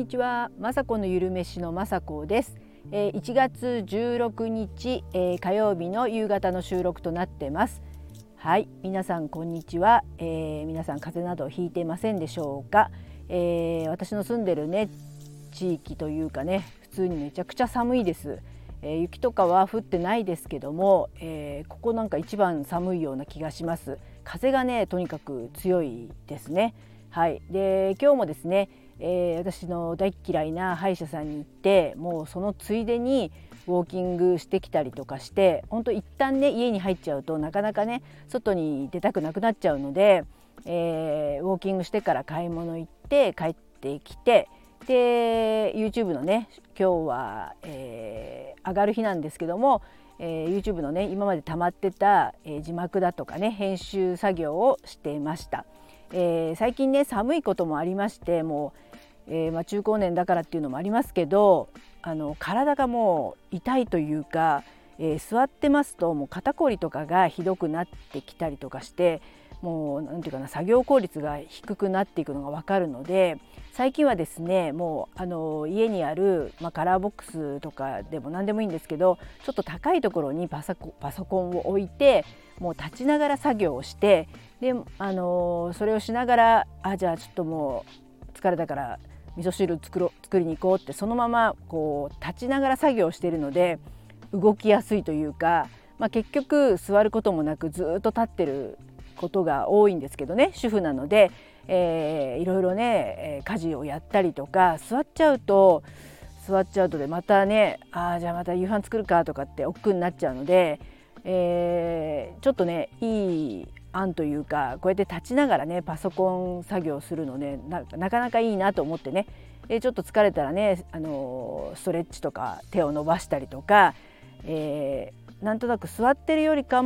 にちは、まさこのゆるめしのまさこです。1月16日、火曜日の夕方の収録となってます。はい、皆さんこんにちは。皆さん風邪などひいてませんでしょうか。私の住んでるね地域というかね、普通にめちゃくちゃ寒いです。雪とかは降ってないですけども、ここなんか一番寒いような気がします。風がねとにかく強いですね。はい、で今日もですね、私の大嫌いな歯医者さんに行って、もうそのついでにウォーキングしてきたりとかして、本当一旦ね家に入っちゃうとなかなかね外に出たくなくなっちゃうので、ウォーキングしてから買い物行って帰ってきて、で YouTube のね今日は、上がる日なんですけども、YouTube のね今まで溜まってた、字幕だとかね編集作業をしていました。最近ね寒いこともありまして、もう、中高年だからっていうのもありますけど、体がもう痛いというか、座ってますともう肩こりとかがひどくなってきたりとかして、もうなんていうかな、作業効率が低くなっていくのが分かるので、最近はですねもう家にある、カラーボックスとかでも何でもいいんですけど、ちょっと高いところにパソコンを置いて、もう立ちながら作業をして、で、それをしながらじゃあちょっともう疲れたから味噌汁作りに行こうって、そのままこう立ちながら作業しているので動きやすいというか、結局座ることもなくずっと立ってることが多いんですけどね、主婦なので、いろいろね、家事をやったりとか、座っちゃうとでまたねじゃあまた夕飯作るかとかって億劫になっちゃうので、ちょっとねいい案というか、こうやって立ちながらねパソコン作業するのね なかなかいいなと思ってね、ちょっと疲れたらね、ストレッチとか手を伸ばしたりとか、なんとなく座ってるよりか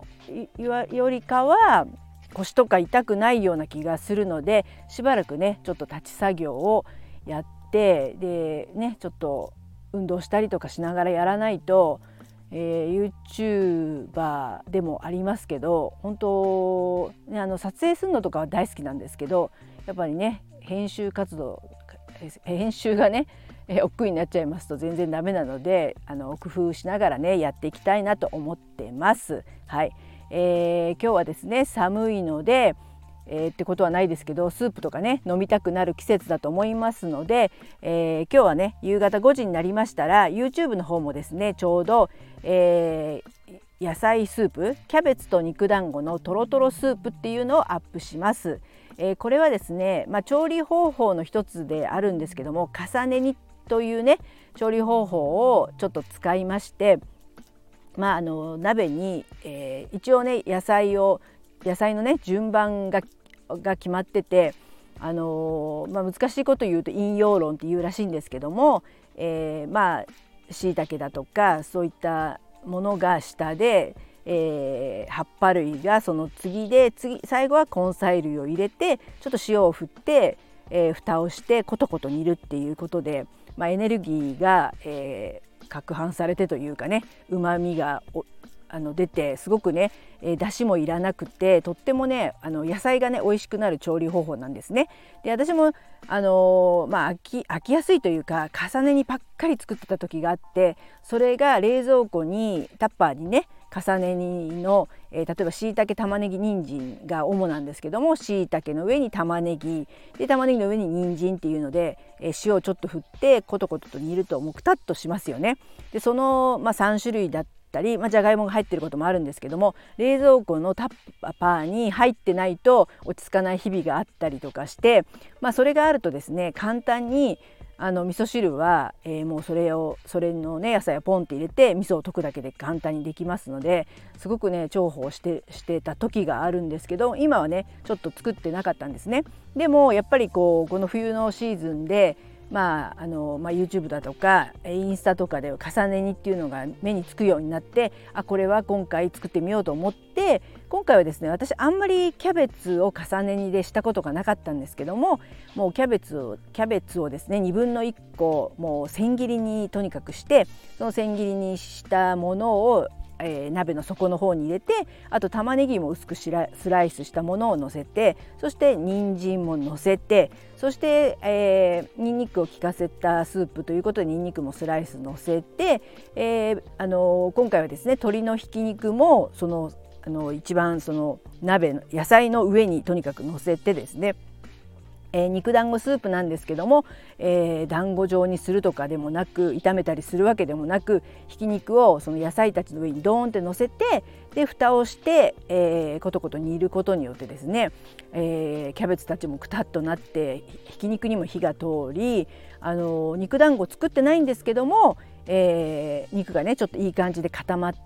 は腰とか痛くないような気がするので、しばらくねちょっと立ち作業をやって、でねちょっと運動したりとかしながらやらないと、YouTuber でもありますけど、本当、ね、撮影するのとかは大好きなんですけど、やっぱりね編集がね億劫になっちゃいますと全然ダメなので、工夫しながらねやっていきたいなと思ってます。はい、今日はですね寒いので、ってことはないですけど、スープとかね飲みたくなる季節だと思いますので、今日はね夕方5時になりましたら YouTube の方もですねちょうど、野菜スープ、キャベツと肉団子のトロトロスープっていうのをアップします。これはですね、調理方法の一つであるんですけども、重ね煮というね調理方法をちょっと使いまして、鍋に、一応ね野菜のね順番が決まってて、難しいこと言うと陰陽論っていうらしいんですけども、椎茸だとかそういったものが下で、葉っぱ類がその次で最後は根菜類を入れてちょっと塩を振って、蓋をしてコトコト煮るっていうことで、エネルギーが、攪拌されてというかね、旨味が出て、すごくね、出汁もいらなくてとってもね野菜がね美味しくなる調理方法なんですね。で私も飽きやすいというか、重ねにばっかり作ってた時があって、それが冷蔵庫にタッパーにね重ね煮の、例えば椎茸、玉ねぎ、人参が主なんですけども、椎茸の上に玉ねぎで、玉ねぎの上に人参っていうので、塩をちょっと振ってコトコトと煮るともうくたっとしますよね。でその、3種類だったり、じゃがいもが入ってることもあるんですけども、冷蔵庫のタッパーに入ってないと落ち着かない日々があったりとかして、それがあるとですね簡単に味噌汁は、もうそれのね野菜をポンって入れて味噌を溶くだけで簡単にできますので、すごくね重宝してた時があるんですけど、今はねちょっと作ってなかったんですね。でもやっぱりこの冬のシーズンでYouTube だとかインスタとかで重ね煮っていうのが目につくようになって、これは今回作ってみようと思って、今回はですね私あんまりキャベツを重ね煮でしたことがなかったんですけども、もうキャベツをですね1/2個もう千切りにとにかくして、その千切りにしたものを鍋の底の方に入れて、あと玉ねぎも薄くスライスしたものを乗せて、そして人参も乗せて、そして、ニンニクを効かせたスープということでニンニクもスライス乗せて、今回はですね鶏のひき肉も一番その鍋の野菜の上にとにかく乗せてですね、肉団子スープなんですけども、団子状にするとかでもなく、炒めたりするわけでもなく、ひき肉をその野菜たちの上にドーンって乗せて、で蓋をして、コトコト煮ることによってですね、キャベツたちもくたっとなってひき肉にも火が通り、肉団子作ってないんですけども、肉がねちょっといい感じで固まって、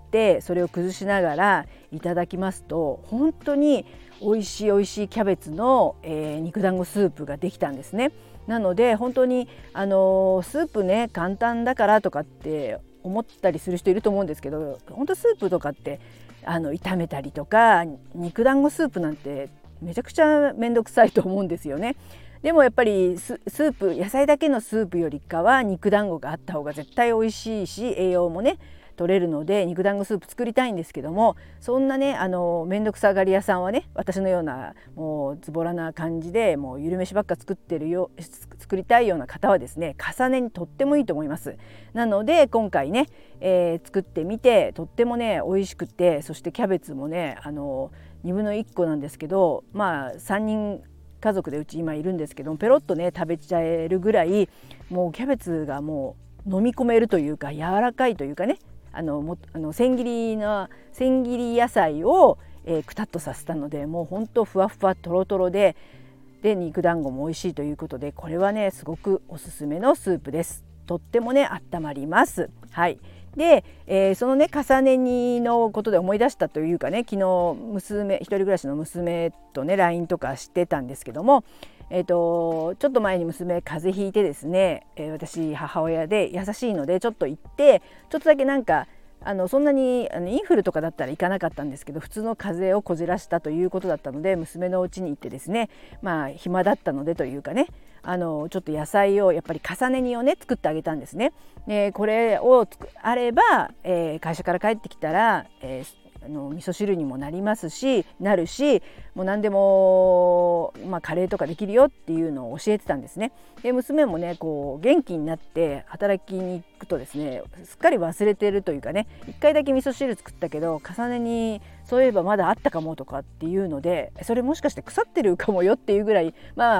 それを崩しながらいただきますと、本当に美味しいキャベツの、肉団子スープができたんですね。なので本当にスープね簡単だからとかって思ったりする人いると思うんですけど、本当スープとかって炒めたりとか、肉団子スープなんてめちゃくちゃめんどくさいと思うんですよね。でもやっぱりスープ、野菜だけのスープよりかは肉団子があった方が絶対美味しいし、栄養もね取れるので肉団子スープ作りたいんですけども、そんなねめんどくさがり屋さんはね、私のようなもうズボラな感じでもうゆる飯ばっか作りたいような方はですね、重ねにとってもいいと思います。なので今回ね、作ってみてとってもね美味しくて、そしてキャベツもね2分の1個なんですけど、まあ3人家族でうち今いるんですけども、ペロッとね食べちゃえるぐらい、もうキャベツがもう飲み込めるというか、柔らかいというかね、千切り野菜を、くたっとさせたので、もうほんとふわふわとろとろで肉団子も美味しいということで、これはねすごくおすすめのスープです。とってもね温まります。はい。で、そのね重ね煮のことで思い出したというかね、昨日一人暮らしの娘とね LINE とかしてたんですけども、ちょっと前に娘風邪ひいてですね、私母親で優しいのでちょっと行って、ちょっとだけなんかそんなにインフルとかだったら行かなかったんですけど、普通の風邪をこじらしたということだったので、娘の家に行ってですね、まあ暇だったのでというかね、ちょっと野菜をやっぱり重ね煮をね作ってあげたんですね。でこれをあれば、会社から帰ってきたら、味噌汁にもなりますし、もう何でも、カレーとかできるよっていうのを教えてたんですね。で娘もねこう元気になって働きに行くとですね、すっかり忘れてるというかね、一回だけ味噌汁作ったけど重ねにそういえばまだあったかもとかっていうので、それもしかして腐ってるかもよっていうぐらい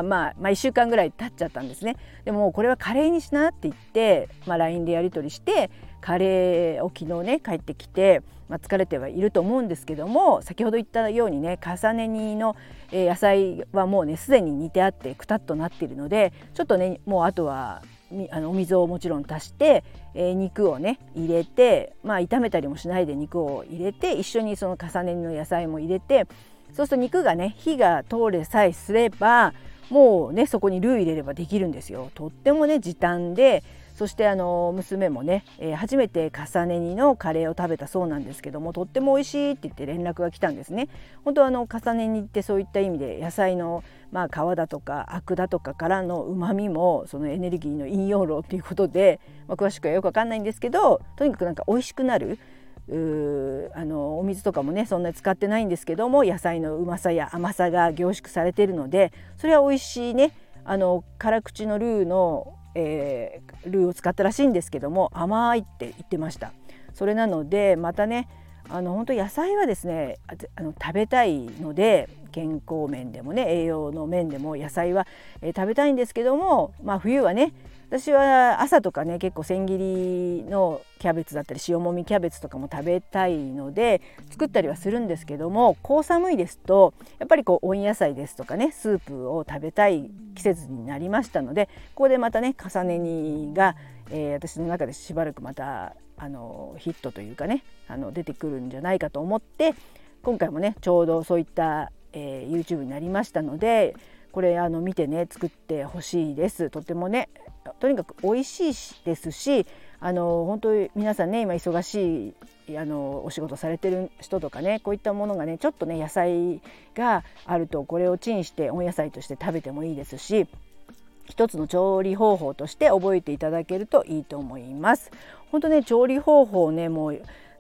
1週間ぐらい経っちゃったんですね。でもこれはカレーにしなって言って、LINE でやり取りしてカレーを昨日ね帰ってきて、疲れてはいると思うんですけども、先ほど言ったようにね重ね煮の野菜はもうねすでに煮てあってくたっとなっているので、ちょっとねもうあとはお水をもちろん足して、肉をね入れて、炒めたりもしないで肉を入れて、一緒にその重ね煮の野菜も入れて、そうすると肉がね火が通れさえすれば、もうねそこにルー入れればできるんですよ。とってもね時短で、そして娘もね、初めて重ね煮のカレーを食べたそうなんですけども、とっても美味しいって言って連絡が来たんですね。本当重ね煮ってそういった意味で野菜の皮だとかアクだとかからの旨味もそのエネルギーの引用量っていうことで、詳しくはよく分かんないんですけど、とにかくなんか美味しくなる。お水とかもねそんなに使ってないんですけども、野菜のうまさや甘さが凝縮されているので、それは美味しいね辛口のルーを使ったらしいんですけども、甘いって言ってました。それなのでまたね本当野菜はですね食べたいので、健康面でもね栄養の面でも野菜は、食べたいんですけども、冬はね私は朝とかね結構千切りのキャベツだったり塩もみキャベツとかも食べたいので作ったりはするんですけども、こう寒いですとやっぱり温野菜ですとかねスープを食べたい季節になりましたので、ここでまたね重ね煮が、私の中でしばらくまたヒットというかね出てくるんじゃないかと思って、今回もねちょうどそういった、YouTube になりましたので、これ見てね作ってほしいです。とてもねとにかく美味しいですし、本当に皆さんね今忙しいお仕事されてる人とかね、こういったものがねちょっとね野菜があるとこれをチンして温野菜として食べてもいいですし、一つの調理方法として覚えていただけるといいと思います。本当ね調理方法ねもう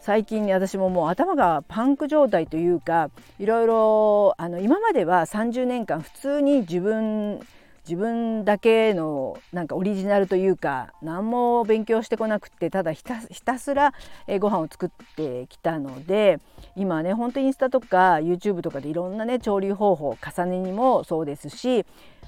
最近ね私ももう頭がパンク状態というか、いろいろ今までは30年間普通に自分だけのなんかオリジナルというか何も勉強してこなくって、ただひたすらご飯を作ってきたので、今ね本当にインスタとか YouTube とかでいろんなね調理方法、重ね煮もそうですし、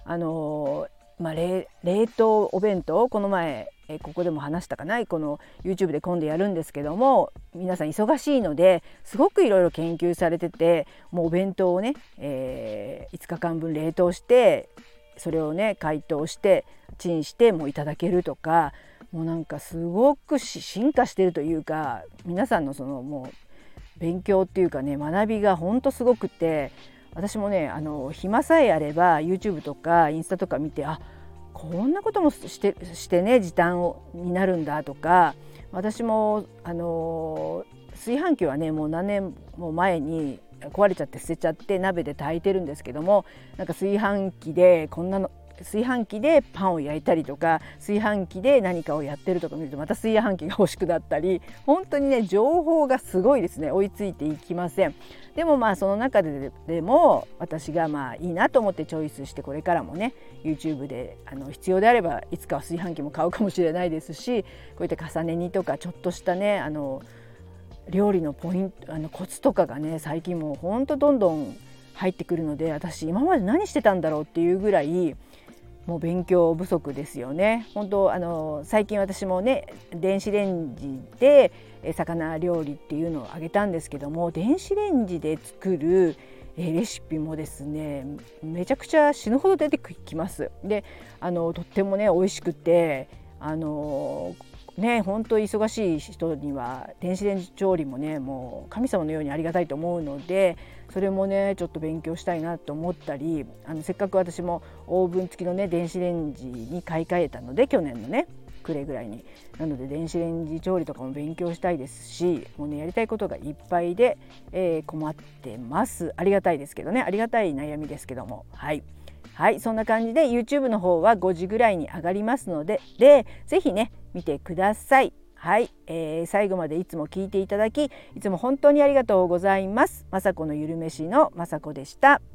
冷凍お弁当、この前ここでも話したかな、この YouTube で今度やるんですけども、皆さん忙しいのですごくいろいろ研究されてて、もうお弁当をね、5日間分冷凍してそれをね解凍してチンしてもういただけるとか、もうなんかすごく進化してるというか、皆さんのそのもう勉強っていうかね学びがほんとすごくて、私もね暇さえあれば YouTube とかインスタとか見て、こんなこともしてね時短になるんだとか、私も炊飯器はねもう何年も前に壊れちゃって捨てちゃって鍋で炊いてるんですけども、なんか炊飯器でパンを焼いたりとか、炊飯器で何かをやってるとか見るとまた炊飯器が欲しくなったり、本当にね情報がすごいですね。追いついていきません。でもその中でも私がいいなと思ってチョイスして、これからもね YouTube で必要であればいつかは炊飯器も買うかもしれないですし、こういった重ね煮とかちょっとしたね料理のポイントコツとかがね最近もうほんとどんどん入ってくるので、私今まで何してたんだろうっていうぐらいもう勉強不足ですよね。本当最近私もね電子レンジで魚料理っていうのをあげたんですけども、電子レンジで作るレシピもですねめちゃくちゃ死ぬほど出てきます。でとってもね美味しくて本当忙しい人には電子レンジ調理もねもう神様のようにありがたいと思うので、それもねちょっと勉強したいなと思ったり、せっかく私もオーブン付きのね電子レンジに買い替えたので、去年のね暮れぐらいに、なので電子レンジ調理とかも勉強したいですし、もうねやりたいことがいっぱいで、困ってます。ありがたいですけどね、ありがたい悩みですけども、そんな感じで YouTube の方は5時ぐらいに上がりますので、ぜひね見てください。最後までいつも聞いていただきいつも本当にありがとうございます。まさこのゆるめしのまさこでした。